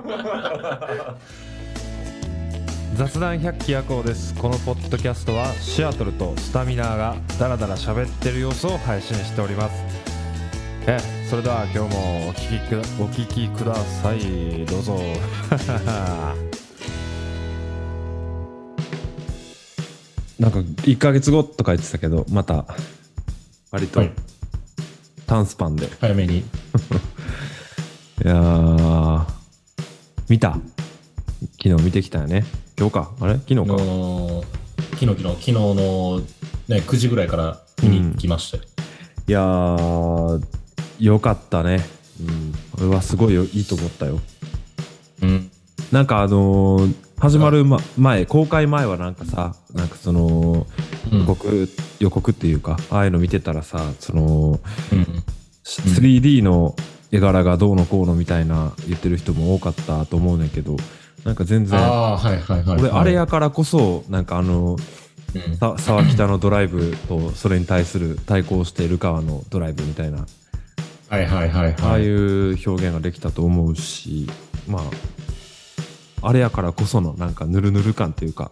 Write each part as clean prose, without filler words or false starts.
雑談百鬼夜行です。このポッドキャストはシアトルとスタミナーがダラダラ喋ってる様子を配信しております。それでは今日もお聞きください。どうぞ。なんか1ヶ月後とか言ってたけど、また割と短スパンで、 早めに。 いやー、見た。昨日見てきたよね。今日か、あれ昨日か。 昨日の、ね、9時ぐらいから見に来ましたよ。 いやー、よかったね。俺はすごいいいと思ったよ。なんか始まる、公開前はなんかさ、なんかその予告っていうか、ああいうの見てたらさ、その、3D の絵柄がどうのこうのみたいな言ってる人も多かったと思うんだけど、なんか全然、俺あれやからこそなんか沢北のドライブとそれに対する対抗している川のドライブみたいな、ああいう表現ができたと思うし、まああれやからこそのなんかヌルヌル感っていうか、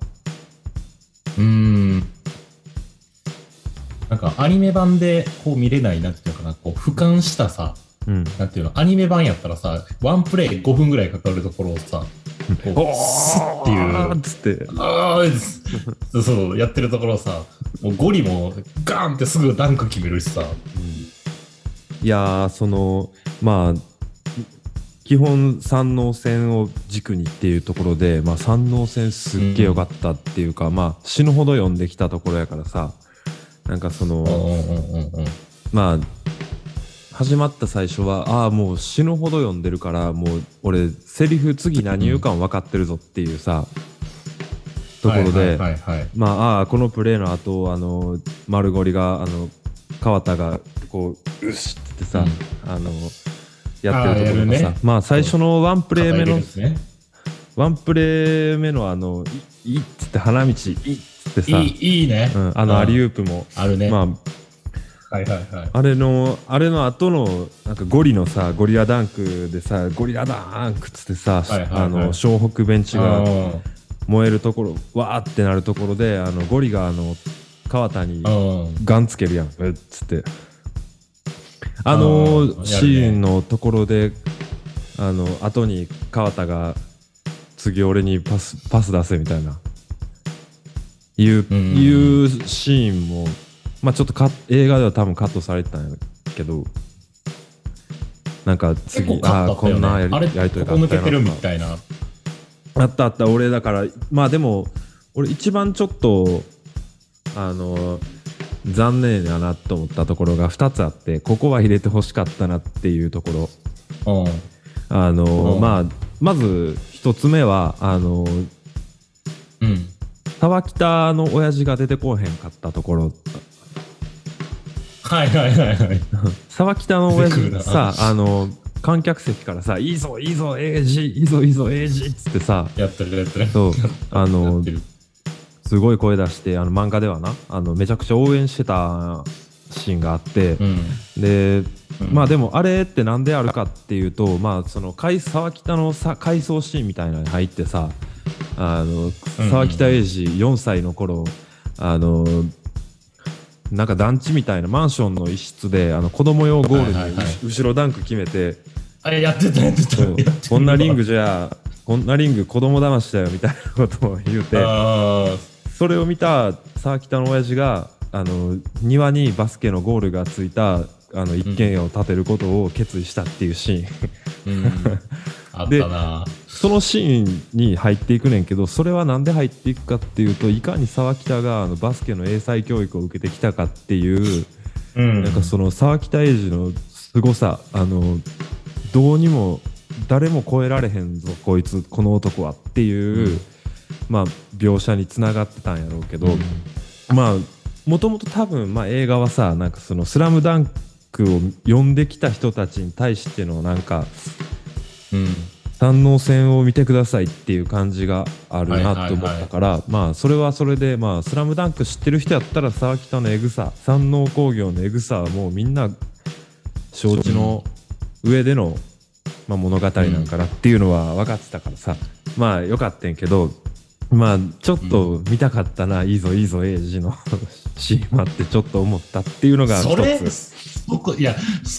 なんかアニメ版でこう見れないなんていうのかな、こう俯瞰したさ、なんていうの、アニメ版やったらさ、ワンプレイ5分ぐらいかかるところをさ、こうスッっていうつってそうやってるところをさ、もうゴリもガーンってすぐダンク決めるしさ、 いやー、そのまあ基本三能線を軸にっていうところで、まあ三能線すっげえ良かったっていうか、まあ死ぬほど読んできたところやからさ、なんかその、まあ始まった最初はもう死ぬほど読んでるから、もう俺セリフ次何言うかも分かってるぞっていうさ、ところで、まあこのプレーの後丸ゴリが川田がこううっしってさ、やってるところがさ、まあ最初のワンプレー目のいっつって花道いっつってさ、 いいね、 アリウープもあるね。 まああれの後のなんかゴリのさ、ゴリラダンクでさ、ゴリラダンクっつってさ、湘北ベンチが燃えるところ、わーってなるところで、ゴリが川田にガンつけるやん、うっつって、シーンのところで後に川田が次俺にパス出せみたいないうシーンも、まあちょっと映画では多分カットされてたんやけど、なんか次こんなやりとりがあったよな、 ここ抜けてるみたいな、 あった俺だから、まあでも俺一番ちょっと残念やなと思ったところが2つあって、ここは入れてほしかったなっていうところ、まあまず1つ目は沢北の親父が出てこへんかったところ。沢北の親父さ、観客席からさ、いいぞいいぞエイジ、いいぞいいぞエイジっつってさ、 やってるそうすごい声出して、漫画ではなめちゃくちゃ応援してたシーンがあって、で、まあでもあれってなんであるかっていうと、まあその沢北の回想シーンみたいなのに入ってさ、沢北英二4歳の頃、なんか団地みたいなマンションの一室で子供用ゴールに後ろダンク決めて、 やってたこんなリング子供騙しだよみたいなことを言うて、それを見た沢北の親父が庭にバスケのゴールがついた一軒家を建てることを決意したっていうシーン、 あったな。 そのシーンに入っていくねんけど、それはなんで入っていくかっていうと、いかに沢北がバスケの英才教育を受けてきたかっていう、なんかその沢北英二の凄さ、どうにも誰も超えられへんぞこいつ、この男はっていう、まあ描写につながってたんやろうけど、まあもともと多分映画はさ、なんかそのスラムダンクを読んできた人たちに対してのなんか、三能線を見てくださいっていう感じがあるなと思ったから、まあそれはそれで、まあスラムダンク知ってる人やったら沢北のエグさ、山王工業のエグさはもうみんな承知の上でのまあ、物語なんかなっていうのは分かってたからさ、まあよかったんけど、まあちょっと見たかったな、いいぞいいぞエイジのシーンもあってちょっと思ったっていうのが一つ。 いや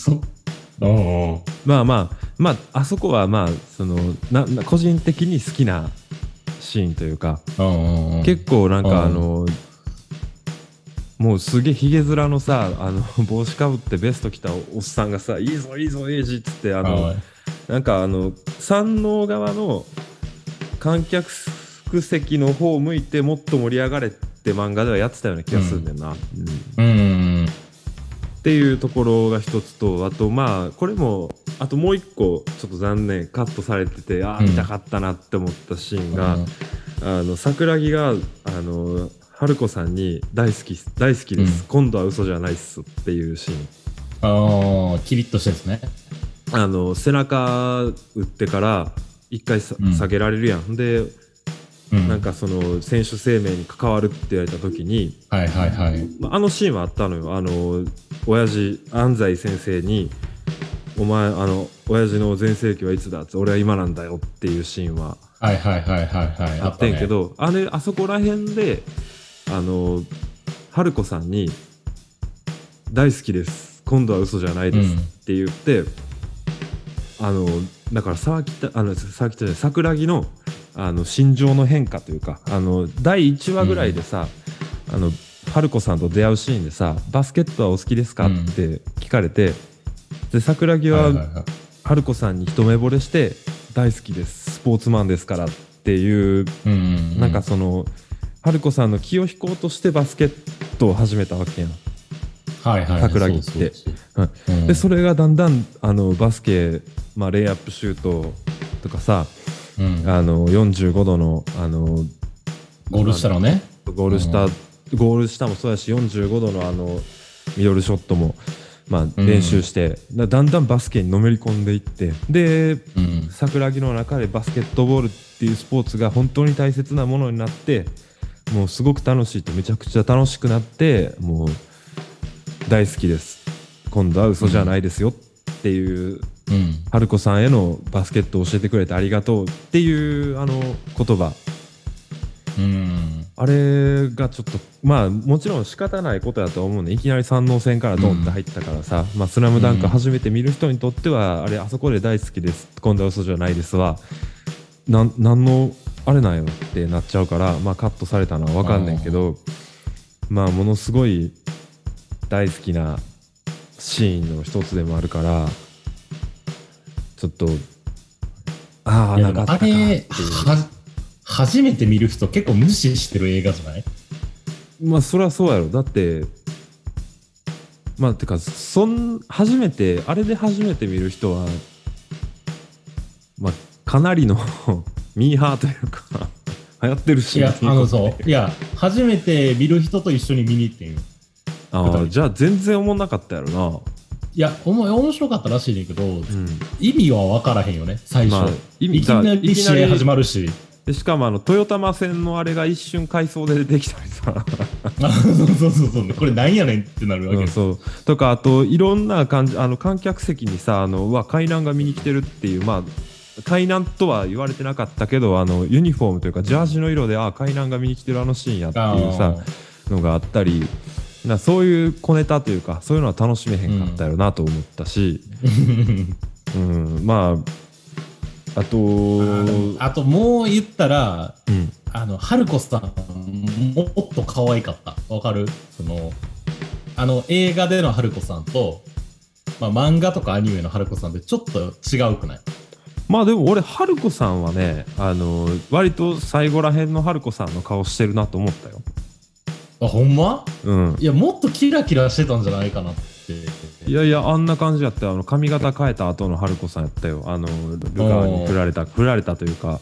まあまあまああそこはまあその個人的に好きなシーンというか、結構なんかもうすげえヒゲ面のさ帽子かぶってベスト着たおっさんがさ、いいぞいいぞエイジっつってなんか山王側の観客席の方を向いてもっと盛り上がれって漫画ではやってたような気がするんだよな。っていうところが一つと、あとまあこれもあともう一個ちょっと残念カットされてて、見たかったなって思ったシーンが、桜木が春子さんに大好きです、今度は嘘じゃないっすっていうシーン。キリッとしたですね。 背中打ってから一回下げられるやん。で、なんかその選手生命に関わるって言われた時に、シーンはあったのよ。親父安西先生にお前親父の全盛期はいつだって、俺は今なんだよっていうシーンはあってんけど、あそこら辺で春子さんに大好きです今度は嘘じゃないですって言って、だから桜木の心情の変化というか、第1話ぐらいでさ、春子さんと出会うシーンでさ、バスケットはお好きですかって聞かれて、で桜木は春子さんに一目惚れして大好きですスポーツマンですからっていう、なんかその春子さんの気を引こうとしてバスケットを始めたわけやん、桜木って。でそれがだんだんバスケ、レイアップシュートとかさ、45度のゴール下のね、 ゴール下もそうやし、45度のミドルショットも練習して、だんだんバスケにのめり込んでいって、で、桜木の中でバスケットボールっていうスポーツが本当に大切なものになって、もうすごく楽しいと、めちゃくちゃ楽しくなって、もう大好きです今度は嘘じゃないですよっていう、春子さんへのバスケットを教えてくれてありがとうっていう言葉、あれがちょっともちろん仕方ないことだと思うね。いきなり三能戦からドンって入ったからさ、スラムダンク初めて見る人にとっては、あそこで大好きです今度は嘘じゃないですはなんのあれなんよってなっちゃうから、カットされたのは分かんないけど、ものすごい大好きなシーンの一つでもあるから、ちょっとなかったかっていう。 初めて見る人結構無視してる映画じゃない？ そりゃそうやろ。だっててかあれで初めて見る人はかなりのミーハーというか流行ってるし、 初めて見る人と一緒に見に行ってんよ。 じゃあ全然思んなかったやろな。 いや面白かったらしいねんけど、意味は分からへんよね最初。いきなり試合始まるし、 でしかも豊玉線のあれが一瞬回想で出てきたりさそうこれなんやねんってなるわけ、 そうとか、あといろんな感じ、観客席にさ海南が見に来てるっていう、海南とは言われてなかったけどユニフォームというかジャージの色で海南が見に来てるシーンやっていうさのがあったり、そういう小ネタというかそういうのは楽しめへんかったやろなと思ったし、あともう言ったら、春子さんもっと可愛かった。わかる？映画での春子さんと、漫画とかアニメの春子さんってちょっと違うくない？ でも俺春子さんはね、割と最後らへんの春子さんの顔してるなと思ったよ。 ほんま？いやもっとキラキラしてたんじゃないかなって。 いやあんな感じやったよ。髪型変えた後の春子さんやったよ。ルカーに振られたというか、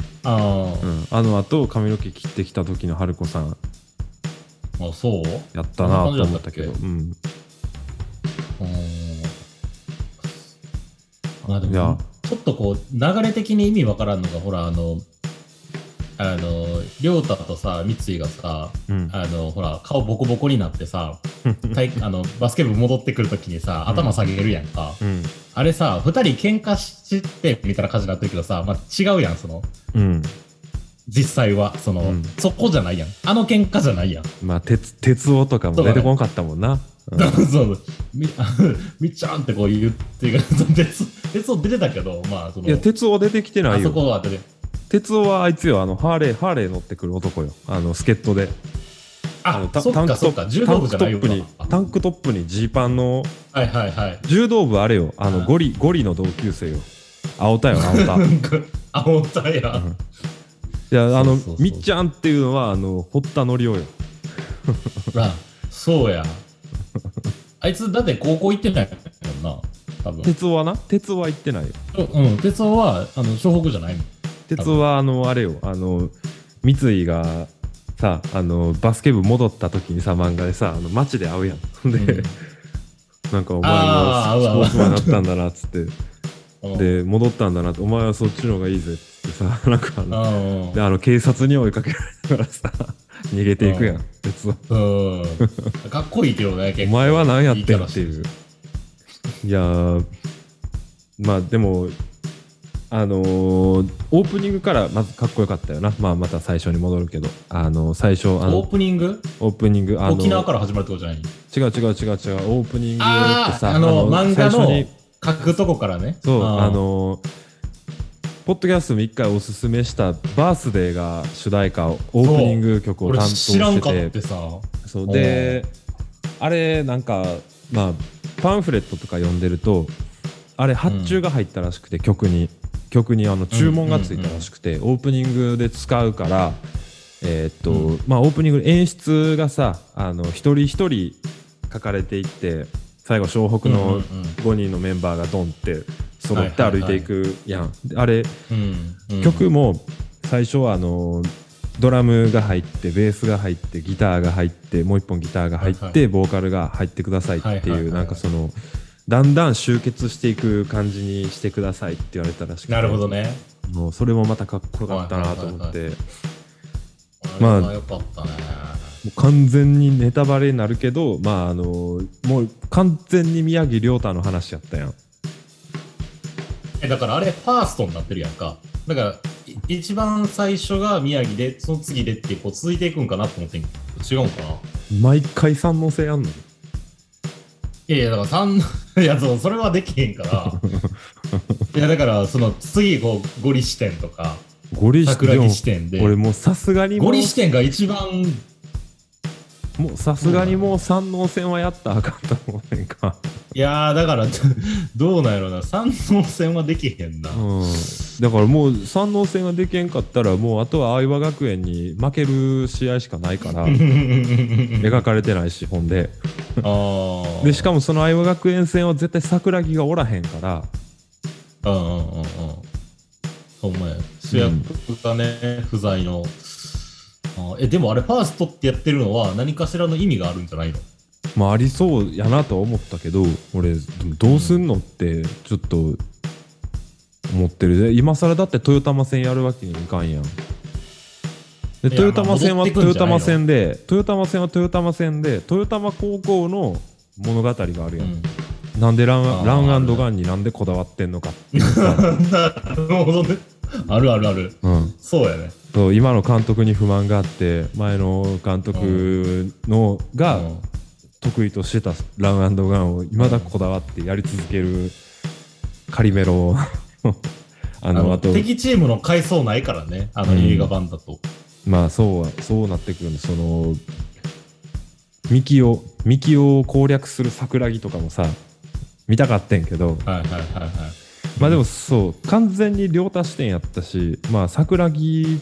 後髪の毛切ってきた時の春子さんそうやったなと思ったけど、でもちょっとこう流れ的に意味わからんのが、ほら亮太とさ、三井がさ、ほら、顔ボコボコになってさ、バスケ部戻ってくるときにさ、頭下げるやんか。あれさ、二人喧嘩してみたいな感じになってるけどさ、まあ、違うやん、実際は、そこじゃないやん。あの喧嘩じゃないやん。 まあ、鉄夫とかも出てこなかったもんな。 そう。みっちゃんってこう言って鉄夫出てたけど、まあ、 いや、鉄夫出てきてないよ。 あそこは出て。 鉄夫はあいつよ、ハーレー乗ってくる男よ。助っ人で。 そっか、柔道部じゃないよ。 タンクトップにジーパンの。 はい。 柔道部あれよ、ゴリの同級生よ。青田よ、青田。 青田や。 いや、みっちゃんっていうのは、堀田則夫よ。 そうや。あいつ、だって高校行ってないもんな、多分。 鉄夫は行ってないよ。 鉄夫は、湘北じゃないの。 鉄夫は、あれよ、三井が、さ、バスケ部戻った時にさ、漫画でさ、街で会うやん。で、なんかお前はスポーツマンになったんだな、っつって。で、戻ったんだなって、お前はそっちの方がいいぜってさ、なんかで、警察に追いかけられながらさ、逃げていくやん、鉄夫。 かっこいいけどね、結構。 お前は何やってんっていう。いやー、まあでも、オープニングからまずかっこよかったよな。まあまた最初に戻るけど、最初オープニング沖縄から始まるってことじゃない？ 違う、オープニングってさ、 漫画の書くとこからね。 そう、ポッドキャストも一回おすすめしたバースデーが主題歌オープニング曲を担当してて、 知らんかってさ。 そうで、あれなんかまあパンフレットとか読んでると、あれ発注が入ったらしくて、曲に注文がついたらしくて、オープニングで使うから、まあオープニング演出がさ、一人一人書かれていって、最後湘北の5人のメンバーがドンって揃って歩いていくやん。あれ、曲も最初はドラムが入ってベースが入ってギターが入ってもう一本ギターが入ってボーカルが入ってくださいっていう、なんかだんだん集結していく感じにしてくださいって言われたらしくて、 なるほどね。 もうそれもまたかっこよかったなと思って、 まあよかったね。 もう完全にネタバレになるけど、まあもう完全に宮城亮太の話やったやん。 だからあれファーストになってるやんか。だから一番最初が宮城で、その次でってこう続いていくんかなと思ってんけど、違うんかな。 毎回三能性あんの？ いやだからいやそれはできへんからいやだから次こうゴリ視点とか桜木視点で、 俺もうさすがにゴリ視点が一番もうさすがにもう三能線はやったらあかんと思うねんか。 いやーだからどうなんやろな、三能線はできへんな、 だからもう三能線ができへんかったら、もうあとは相葉学園に負ける試合しかないから描かれてないし、ほんででしかもその相葉学園戦は絶対桜木がおらへんから、 ほんまや、主役がね、不在の。でもあれファーストってやってるのは何かしらの意味があるんじゃないの？ まあありそうやなとは思ったけど、俺どうすんのってちょっと思ってる。今更だって豊玉戦やるわけにいかんやん。で豊玉戦は豊玉戦で、豊玉戦は豊玉戦で、豊玉高校の物語があるやん。なんでランガンになんでこだわってんのかっていうさなるほどね。ある、そうやね。 そう今の監督に不満があって、前の監督のが得意としてたランガンを未だこだわってやり続けるカリメロあと敵チームの回想ないからね、映画版だと。 まあそうなってくるんで、ミキオを攻略する桜木とかもさ見たかってんけど、まあでもそう完全に両多視点やったし、まあ桜木、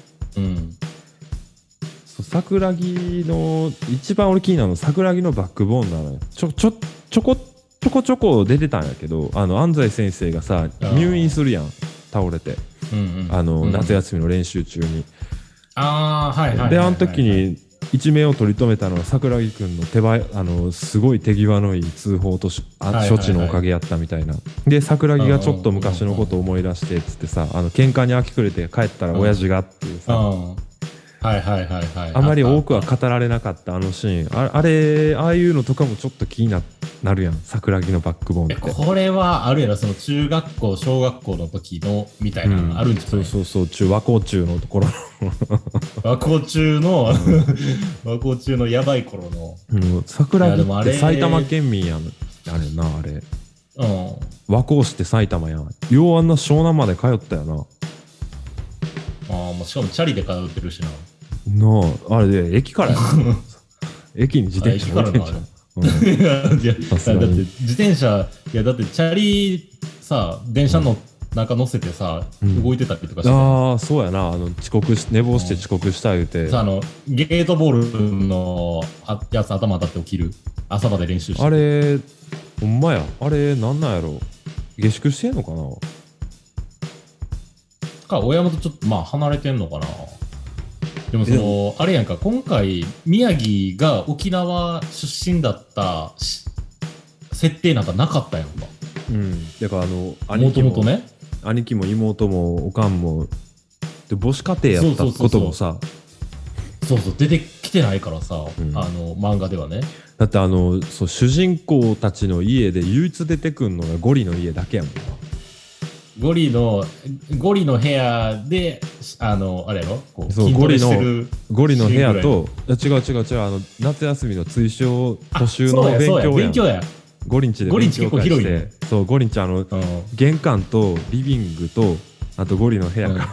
桜木の一番俺気になるの桜木のバックボーンなのよ。ちょこちょこ出てたんやけど、安西先生がさ入院するやん、倒れて、夏休みの練習中に。であの時に一命を取り留めたのは桜木くんのすごい手際のいい通報と処置のおかげやったみたいな。で桜木がちょっと昔のことを思い出してっつってさ、喧嘩に明け暮れて帰ったら親父がっていうさ、 はいはいはいはい。 あまり多くは語られなかったあのシーン。あれ、ああいうのとかもちょっと気になるやん。桜木のバックボーンって。 これはあるやろ、その中学校、小学校の時のみたいなのあるんじゃない、 そうそうそう、和光中のところ和光中の和光中のやばい頃の。 桜木って埼玉県民やん。あれな、あれ。和光市って埼玉やん。ようあんな湘南まで通ったよな。 もうしかもチャリで通ってるしな。 あれで、駅からや駅に自転車置いてんじゃん。 いや、だって自転車、いやだってチャリさ、電車の中乗せてさ、動いてたりとかして。 ああ、そうやな。寝坊して遅刻した言うて。 さ、ゲートボールのやつ頭当たって起きる。朝まで練習して。 あれ、ほんまや。あれ、なんなんやろ。下宿してんのかな親元ちょっとまあ離れてんのかな。でもあれやんか、今回宮城が沖縄出身だった設定なんかなかったやんか。 だからもともとね、 兄貴も妹もおかんもで母子家庭やったこともさ、 そう出てきてないからさ、漫画ではね。 だって主人公たちの家で唯一出てくんのがゴリの家だけやもんな。 ゴリの部屋であれやろ、こう筋ゴリトレしてるゴリの部屋と違う夏休みの追奨補習の勉強やん。ゴリンチで勉強会して、そうゴリンチ玄関とリビングとあとゴリの部屋から、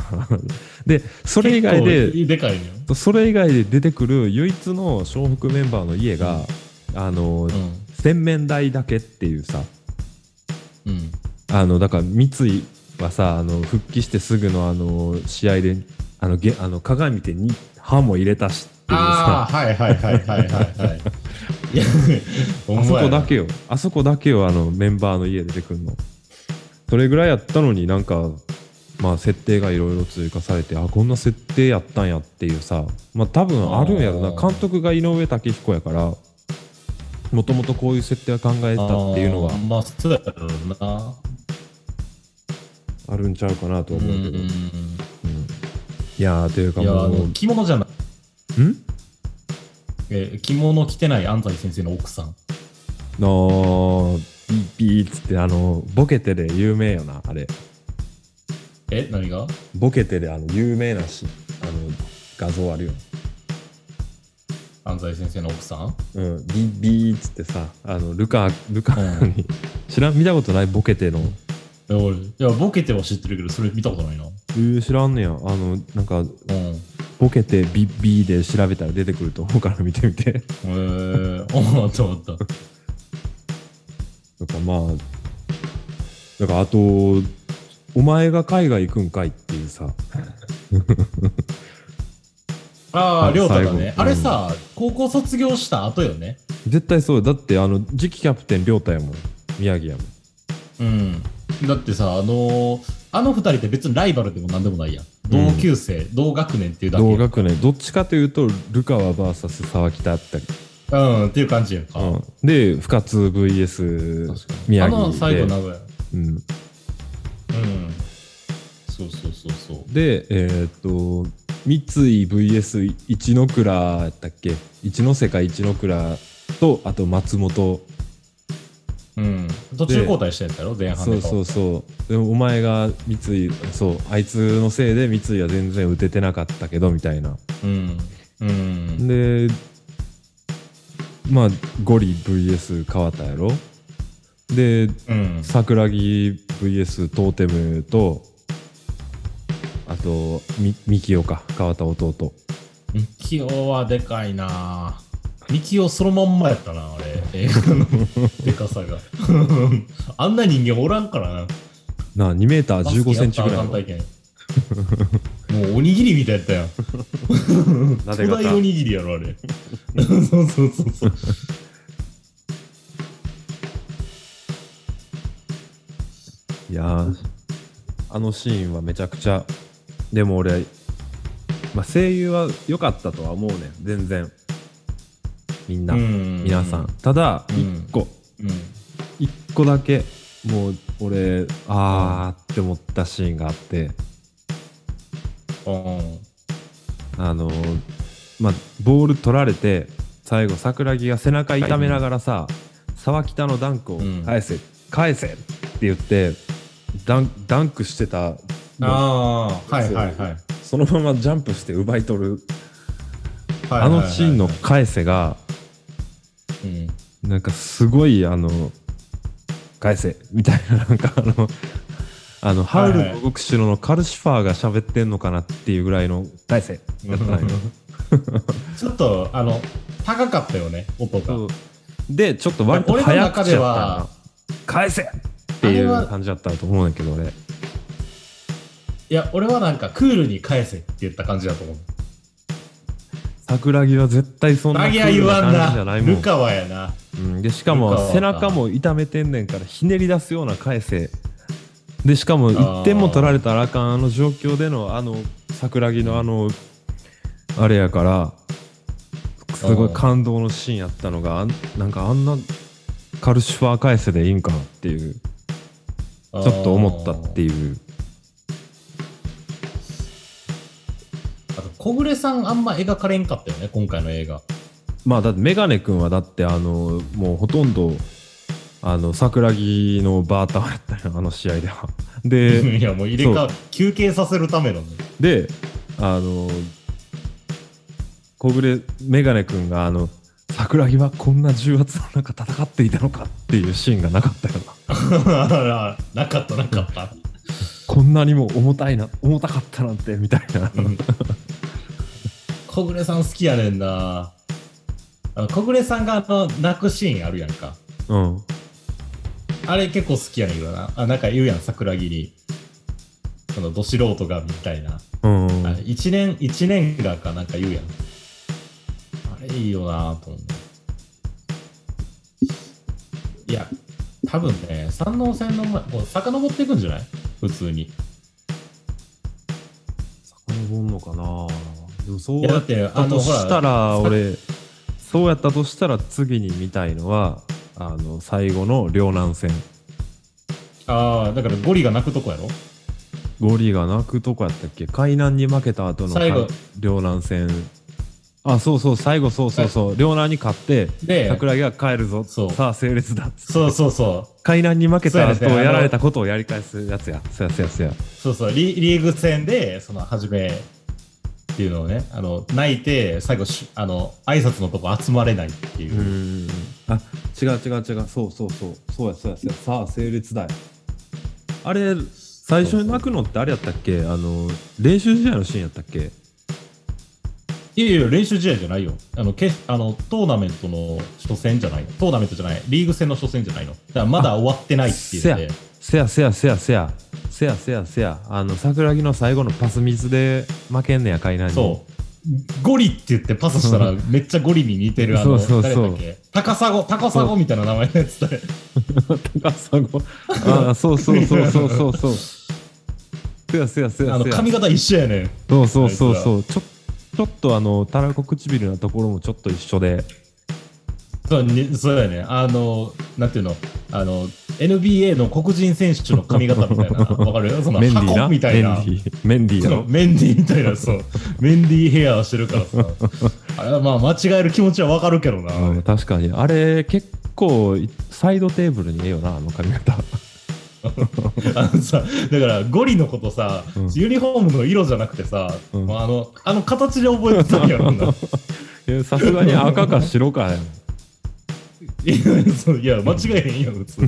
でそれ以外で出てくる唯一の湘北メンバーの家が洗面台だけっていうさ、だから三井はさ復帰してすぐの試合で鏡見てに歯も入れたしっていうさ、 はいいやあそこだけよメンバーの家出てくるの。それぐらいやったのになんかまあ設定がいろいろ追加されて、こんな設定やったんやっていうさ、まあ多分あるんやろな。監督が井上武彦やからもともとこういう設定は考えてたっていうのがまあそうやろうな、 あるんちゃうかなと思うけど、いやーというかもう着物じゃない着物着てない安西先生の奥さんビーッつってボケてで有名よなあれ。 何がボケてで有名な画像あるよ。 安西先生の奥さんビーッつってさルカに見たことないボケての。 いやボケては知ってるけどそれ見たことないな。 知らんねや。なんか、ボケてビーで調べたら出てくると思うから見てみて。 あったあった。 だからまあだからあとお前が海外行くんかいっていうさ亮太だね。あれさ、高校卒業した後よね。 絶対そうだって、次期キャプテン亮太やもん、宮城やもん。 だってさ、あの二人って別にライバルでもなんでもないやん。同級生、同学年っていうだけ。 同学年、どっちかというとルカワ VS 沢北あったりっていう感じやんか。 で深津 VS 宮城で最後名古屋。そうで三井 VS 一ノ倉やったっけ、一ノ瀬か一ノ倉とあと松本、 途中交代したやつやろ前半で。 そうでもお前が三井、あいつのせいで三井は全然打ててなかったけどみたいな。でまあゴリ VS 川田やろで、桜木 VS トーテムとあとミキオか、川田弟。 ミキオはでかいな。ミキオそのまんまやったな、あれ映画のでかさがあんな人間おらんからな。 2メーター15センチぐらい。 もうおにぎりみたいやったやん巨大おにぎりやろあれそういやー、あのシーンはめちゃくちゃ。でも俺、声優は良かったとは思うねん、全然みんな皆さん。ただ一個だけもう俺って思ったシーンがあって、 まあボール取られて最後桜木が背中痛めながらさ、沢北のダンクを返せ、返せって言ってダンクしてたはいはいはい。 そのままジャンプして奪い取る、あのシーンの返せが、なんかすごい返せみたいな、なんかハウルの動く城のカルシファーが喋ってんのかなっていうぐらいの返せやったんよちょっと高かったよね、音が。 でちょっと割と早口やったな、返せっていう感じだったと思うんだけど、俺いや俺はなんかクールに返せって言った感じだと思う。 桜木は絶対そんなクールな感じじゃないもん。 ルカワやな、 でしかも背中も痛めてんねんからひねり出すような返せで、しかも1点も取られたらあかん状況での桜木のあれやから、すごい感動のシーンやったのが、なんかあんなカルシファー返せでいいんかなっていう、ちょっと思ったっていう。 あと小暮さんあんま描かれんかったよね、今回の映画。 まあだってメガネ君はだってもうほとんど桜木のバーターやったよ、試合では。でいやもう休憩させるためのね。 で小暮メガネ君が桜木はこんな重圧の中戦っていたのかっていうシーンがなかったよな。なかったこんなにも重たかったなんてみたいな、 小暮さん好きやねんな。小暮さんが泣くシーンあるやんか。あれ結構好きやねんけどな。なんか言うやん、桜木にど素人がみたいな、一年がかなんか言うやん。あれいいよなと思う。いや多分ね、山王線の前もう遡っていくんじゃない、普通に。 遡んのかな。でもそうやったとしたら俺、そうやったとしたら次に見たいのは最後の両南戦。 だからゴリが泣くとこやろ。 ゴリが泣くとこやったっけ、海南に負けた後の両南戦。そう最後両南に勝って桜木が帰るぞ、さあ整列だっつって、そう海南に負けた後やられたことをやり返すやつや。そうリーグ戦で初めっていうのをね、泣いて最後挨拶のとこ集まれないっていう。 違うそうやさあ整列だよ。あれ最初に泣くのってあれやったっけ、練習試合のシーンやったっけ。 いや練習試合じゃないよ。トーナメントの初戦じゃないの。トーナメントじゃない、リーグ戦の初戦じゃないの。だからまだ終わってないっていうので。せや桜木の最後のパスミスで負けんねや、海南に。 そうゴリって言ってパスしたらめっちゃゴリに似てるそう誰だっけ、高砂みたいな名前のやつだよ。 高砂そうせや髪型一緒やねん。 そうちょっとたらこ唇のところもちょっと一緒で。 そうやね。なんていうの、NBA の黒人選手の髪型みたいな、わかる？ メンディーなみたいな。 メンディーやろ。 メンディーみたいな、メンディーヘアしてるからさ。あれはまあ間違える気持ちはわかるけどな。 確かに。あれ結構サイドテーブルにええよな、髪型。 だからゴリのことさ、ユニフォームの色じゃなくてさ、形で覚えてたんやろな。 さすがに赤か白かやん。 いや間違えへんやん普通。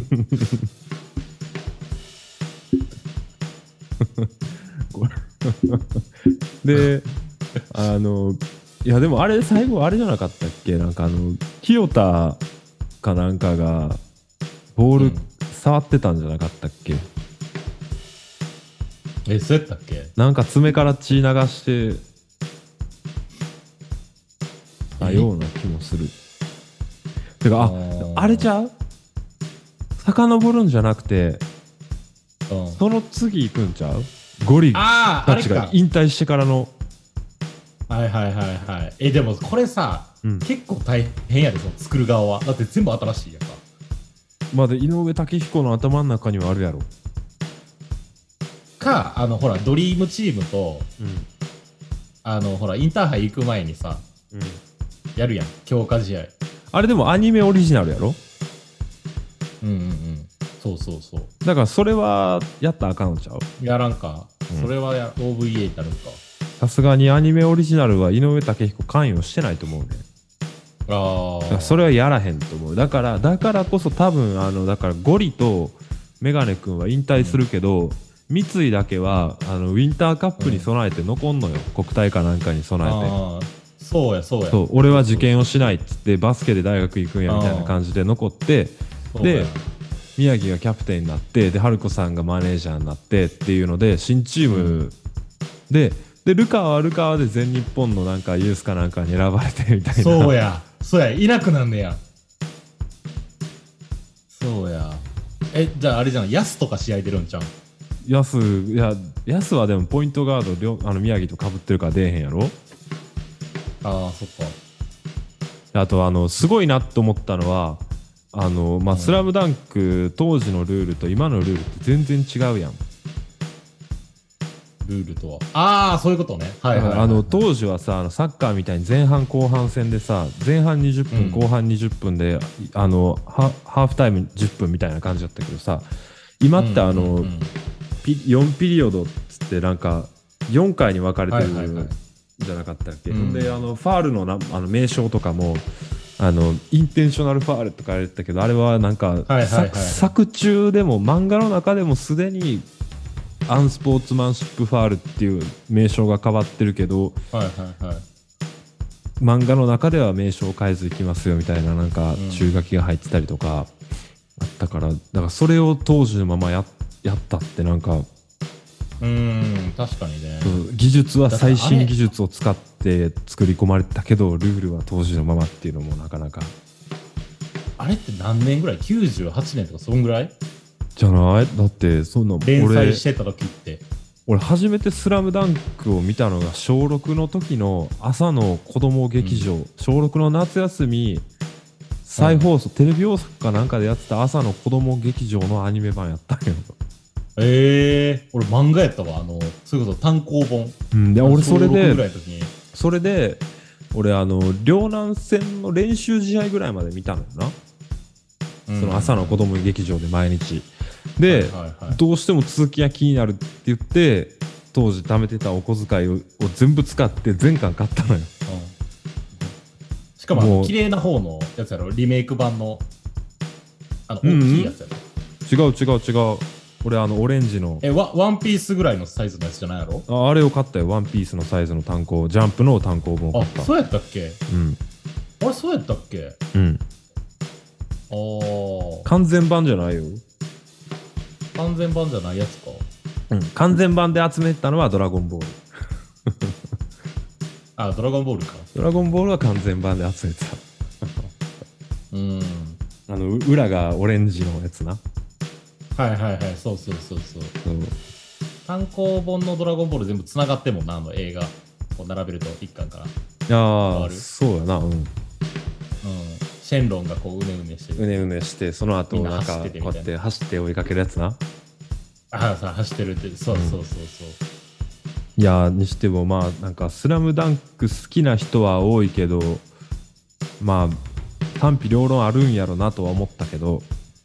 でいやでもあれ最後あれじゃなかったっけ、なんか清田かなんかがボール触ってたんじゃなかったっけ。 そうやったっけ。 なんか爪から血流してたような気もする。てかあれちゃう、遡るんじゃなくて、その次行くんちゃう、ゴリたちが引退してからの。 でもこれさ、結構大変やで、作る側は。だって全部新しいやんか。 まあで井上武彦の頭の中にはあるやろ。 ほらドリームチームと、 ほらインターハイ行く前にさ、やるやん強化試合。 あれでもアニメオリジナルやろ。 そうそうそう。 だからそれはやったらあかんのちゃう。 やらんか、それはOVA になるんか。 さすがにアニメオリジナルは井上武彦関与してないと思うね。それはやらへんと思う。だからこそ多分だからゴリとメガネ君は引退するけど、三井だけはウィンターカップに備えて残んのよ、国体かなんかに備えて。 そうやそう俺は受験をしないっつってバスケで大学行くんやみたいな感じで残って、で宮城がキャプテンになって、で春子さんがマネージャーになってっていうので新チームでルカはルカワで全日本のなんかユースかなんかに選ばれてみたいな。 そうやいなくなんねや。そうや。じゃああれじゃん、ヤスとか試合出るんちゃう。 ヤスはでもポイントガード宮城と被ってるから出えへんやろ。 そっか。 あとすごいなと思ったのはスラムダンク当時のルールと今のルールって全然違うやん。 ルールとはそういうことね。 当時はさサッカーみたいに前半後半戦でさ、前半20分、後半20分でハーフタイム10分みたいな感じだったけどさ、今って4ピリオドっつってなんか4回に分かれてるじゃなかったっけ。でファールの名称とかもインテンショナルファールとか言ったけど、あれはなんか作中でも漫画の中でもすでにアンスポーツマンシップファールっていう名称が変わってるけど、漫画の中では名称を変えずいきますよみたいななんか注書きが入ってたりとかあったから、だからそれを当時のままやったってなんか確かにね。 技術は最新技術を使って作り込まれてたけどルールは当時のままっていうのもなかなか。 あれって何年ぐらい？98年とかそんぐらいじゃない？だってそんな連載してた時って俺初めてスラムダンクを見たのが小6の時の朝の子供劇場、小6の夏休み再放送、テレビ大阪かなんかでやってた朝の子供劇場のアニメ版やったんよ。 俺漫画やったわ。それこそ単行本。 で俺それで両南戦の練習試合ぐらいまで見たのよな、その朝の子供劇場で毎日で、どうしても続きが気になるって言って当時貯めてたお小遣いを全部使って全巻買ったのよ。 しかも綺麗な方のやつやろ、リメイク版の大きいやつやろ。 違う俺オレンジのワンピースぐらいのサイズのやつじゃないやろ。 あれを買ったよ、ワンピースのサイズの単行、ジャンプの単行本を買った。 そうやったっけ。あれそうやったっけ。 完全版じゃないよ。 完全版じゃないやつか。 完全版で集めたのはドラゴンボール。 ドラゴンボールか。 ドラゴンボールは完全版で集めてた。裏がオレンジのやつな。 そう。単行本のドラゴンボール全部つながってもな、映画こう並べると一巻から。 そうやな。 シェンロンがこううねうねしてその後なんかこうやって走って追いかけるやつな。 走ってるって。そう。 いやにしてもなんかスラムダンク好きな人は多いけど賛否両論あるんやろなとは思ったけど、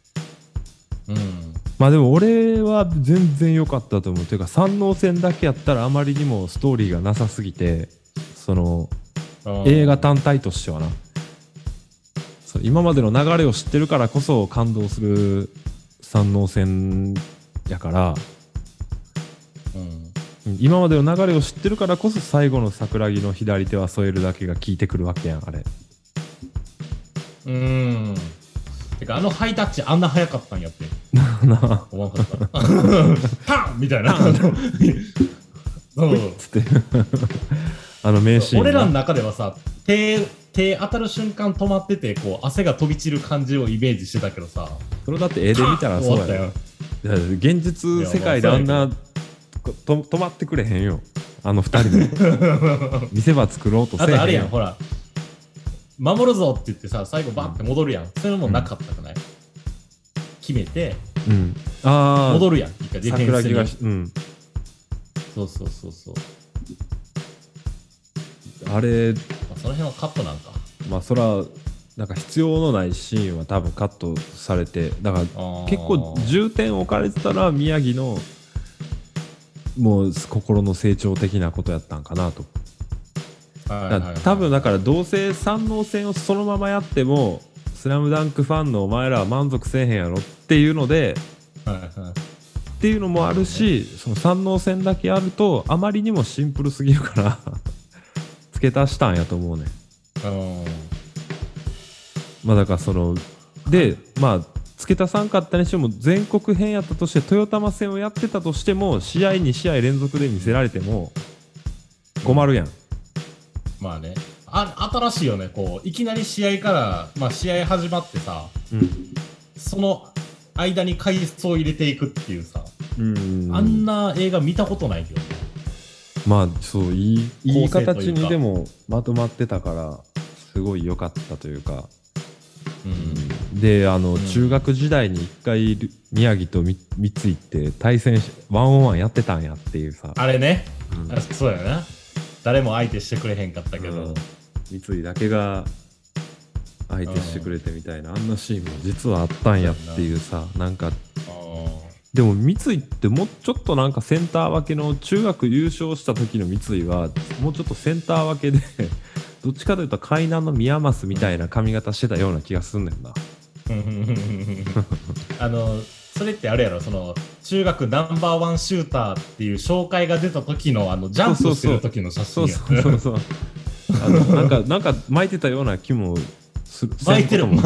でも俺は全然良かったと思う。というか三能戦だけやったらあまりにもストーリーがなさすぎて、映画単体としてはな、今までの流れを知ってるからこそ感動する三能戦やから、今までの流れを知ってるからこそ最後の桜木の左手は添えるだけが効いてくるわけやん、あれ。 てかハイタッチあんな早かったんやって思わなかったパンみたいなつって名シーン俺らの中ではさ、手当たる瞬間止まっててこう汗が飛び散る感じをイメージしてたけどさ、 それだって絵で見たらそうやよ。現実世界であんな止まってくれへんよ、2人で見せ場作ろうとせえへん。 あとあれやん、ほら守るぞって言ってさ最後バッて戻るやん。それもなかったくない？決めて戻るやん、一回ディフェンスに。そうあれ、 その辺はカットなんか。 まあそらなんか必要のないシーンは多分カットされて、だから結構重点置かれてたら宮城のもう心の成長的なことやったんかなと。多分だからどうせ三能戦をそのままやってもスラムダンクファンのお前らは満足せえへんやろっていうので、っていうのもあるし、その三能戦だけやるとあまりにもシンプルすぎるから付け足したんやと思うね。まあだからそのでまあ付け足さんかったにしても全国編やったとして豊玉戦をやってたとしても試合2試合連続で見せられても困るやん。 まあね、新しいよね。こういきなり試合から、まあ、試合始まってさ、その間に回数を入れていくっていうさ、あんな映画見たことないよね。まあそういい形にでもまとまってたからすごい良かったというか。で中学時代に一回宮城と三井って対戦ワンオンワンやってたんやっていうさ、 あれね、そうやな。誰も相手してくれへんかったけど、 三井だけが相手してくれてみたいな、あんなシーンも実はあったんやっていうさ、なんかでも三井ってもうちょっとなんかセンター分けの中学優勝した時の三井はもうちょっとセンター分けでどっちかというと海南の宮益みたいな髪型してたような気がすんねんな。 それってあれやろ、その中学ナンバーワンシューターっていう紹介が出た時のジャンプしてる時の写真や。そうなんか巻いてたような気もする。 巻いてた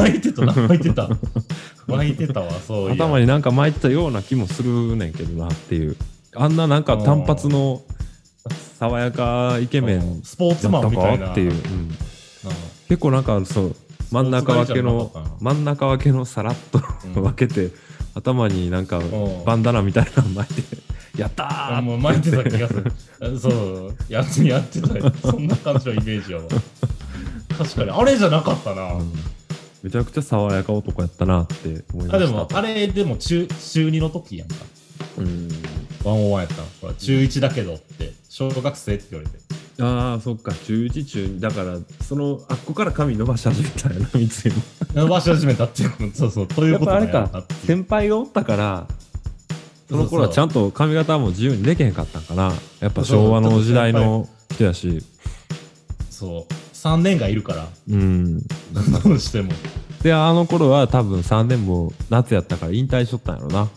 わ。そういや頭になんか巻いてたような気もするねんけどなっていう、あんななんか単発の爽やかイケメンスポーツマンみたいなっていう、結構なんかそう真ん中分けのさらっと分けて、頭になんかバンダナみたいなの巻いてやったーもう巻いてた気がする。そうやってたよ。そんな感じのイメージやわ。確かにあれじゃなかったな、 めちゃくちゃ爽やか男やったなって思いました。 でもあれでも中2の時やんか。ワンオンワンやったの。ほら中1だけどって小学生って言われて。 ああそっか、中1中2だからあっこから髪伸ばし始めたんやな、三井も伸ばし始めたっていう。そうということだよ。やっぱあれか、先輩がおったからその頃はちゃんと髪型も自由にできへんかったんかな。やっぱ昭和の時代の人やし、 そう3年がいるからどうしても。 であの頃は多分3年も夏やったから引退しとったんやろな。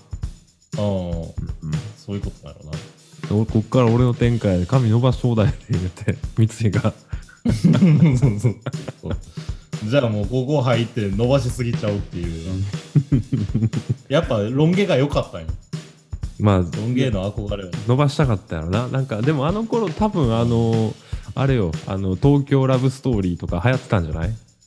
そういうことだろうな。 こっから俺の展開で髪伸ばし放題って言って三井がそうじゃあもうここ入って伸ばしすぎちゃうっていうやっぱロン毛が良かったんよ。 まあロン毛の憧れは伸ばしたかったやろな。なんかでもあの頃多分あれよ、東京ラブストーリーとか流行ってたんじゃない？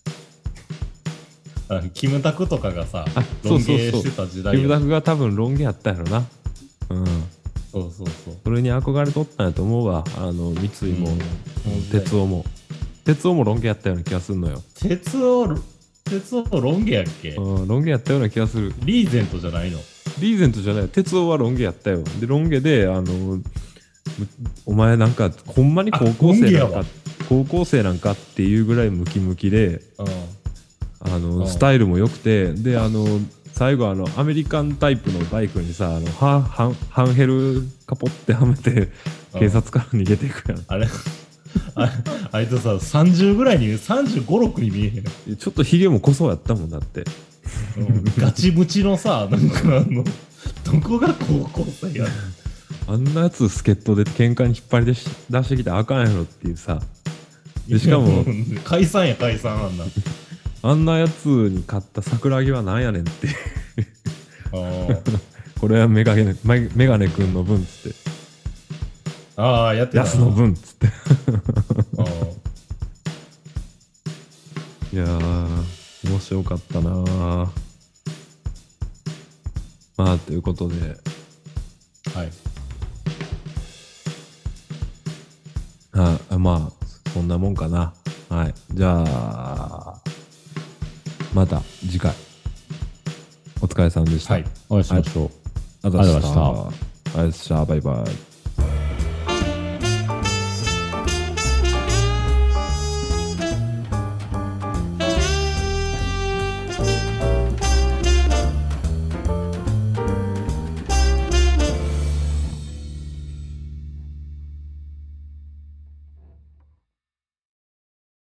キムタクとかがさロン毛してた時代。 キムタクが多分ロン毛やったやろな。 そうそれに憧れとったんやと思うわ。三井も哲夫もロン毛やったような気がするのよ。 哲夫ロン毛やっけ？ ロン毛やったような気がする。 リーゼントじゃないの？ リーゼントじゃない。哲夫はロン毛やったよ。でロン毛でお前なんかほんまに高校生なんかっていうぐらいムキムキで、スタイルも良くて、で最後アメリカンタイプのバイクにさハンヘルカポってはめて警察から逃げていくやん。 あいつさ30ぐらいに35、6に見えへん。 ちょっとヒゲも濃そうやったもんだって、 ガチムチのさなんかどこが高校生やあんなやつ助っ人で喧嘩に引っ張り出してきたらあかんやろっていうさ。でしかも解散あんなやつに買った桜木はなんやねんってこれはメガネくんの分っつって、 やってた安の分っつっていやー面白かったな。まあということで、まあそんなもんかな。はい、じゃあまた次回お疲れさんでした。 お会いしましょう。 ありがとうございました。バイバイ。